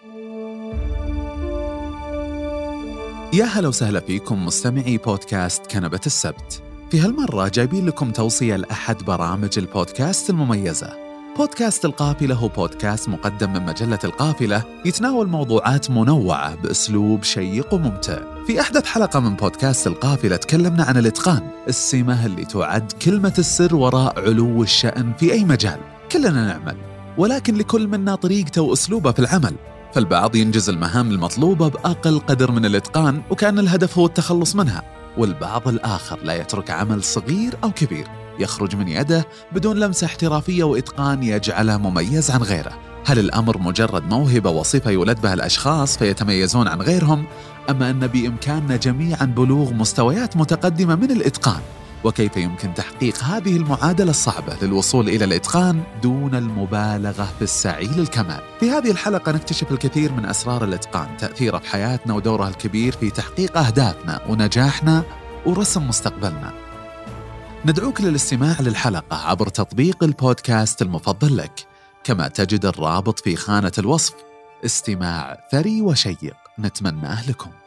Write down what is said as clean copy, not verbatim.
يا هلا وسهلا فيكم مستمعي بودكاست كنبة السبت. في هالمرة جايبين لكم توصية لأحد برامج البودكاست المميزة. بودكاست القافلة هو بودكاست مقدم من مجلة القافلة، يتناول موضوعات منوعة بأسلوب شيق وممتع. في أحدث حلقة من بودكاست القافلة تكلمنا عن الإتقان، السمة اللي تعد كلمة السر وراء علو الشأن في أي مجال. كلنا نعمل، ولكن لكل منا طريقته وأسلوبه في العمل. فالبعض ينجز المهام المطلوبة بأقل قدر من الإتقان وكان الهدف هو التخلص منها، والبعض الآخر لا يترك عمل صغير أو كبير يخرج من يده بدون لمسة احترافية وإتقان يجعله مميز عن غيره. هل الأمر مجرد موهبة وصفة يولد بها الأشخاص فيتميزون عن غيرهم، أما أن بإمكاننا جميعا بلوغ مستويات متقدمة من الإتقان؟ وكيف يمكن تحقيق هذه المعادلة الصعبة للوصول إلى الإتقان دون المبالغة في السعي للكمال؟ في هذه الحلقة نكتشف الكثير من أسرار الإتقان، تأثيره في حياتنا ودوره الكبير في تحقيق أهدافنا ونجاحنا ورسم مستقبلنا. ندعوك للاستماع للحلقة عبر تطبيق البودكاست المفضل لك، كما تجد الرابط في خانة الوصف. استماع ثري وشيق نتمناه لكم.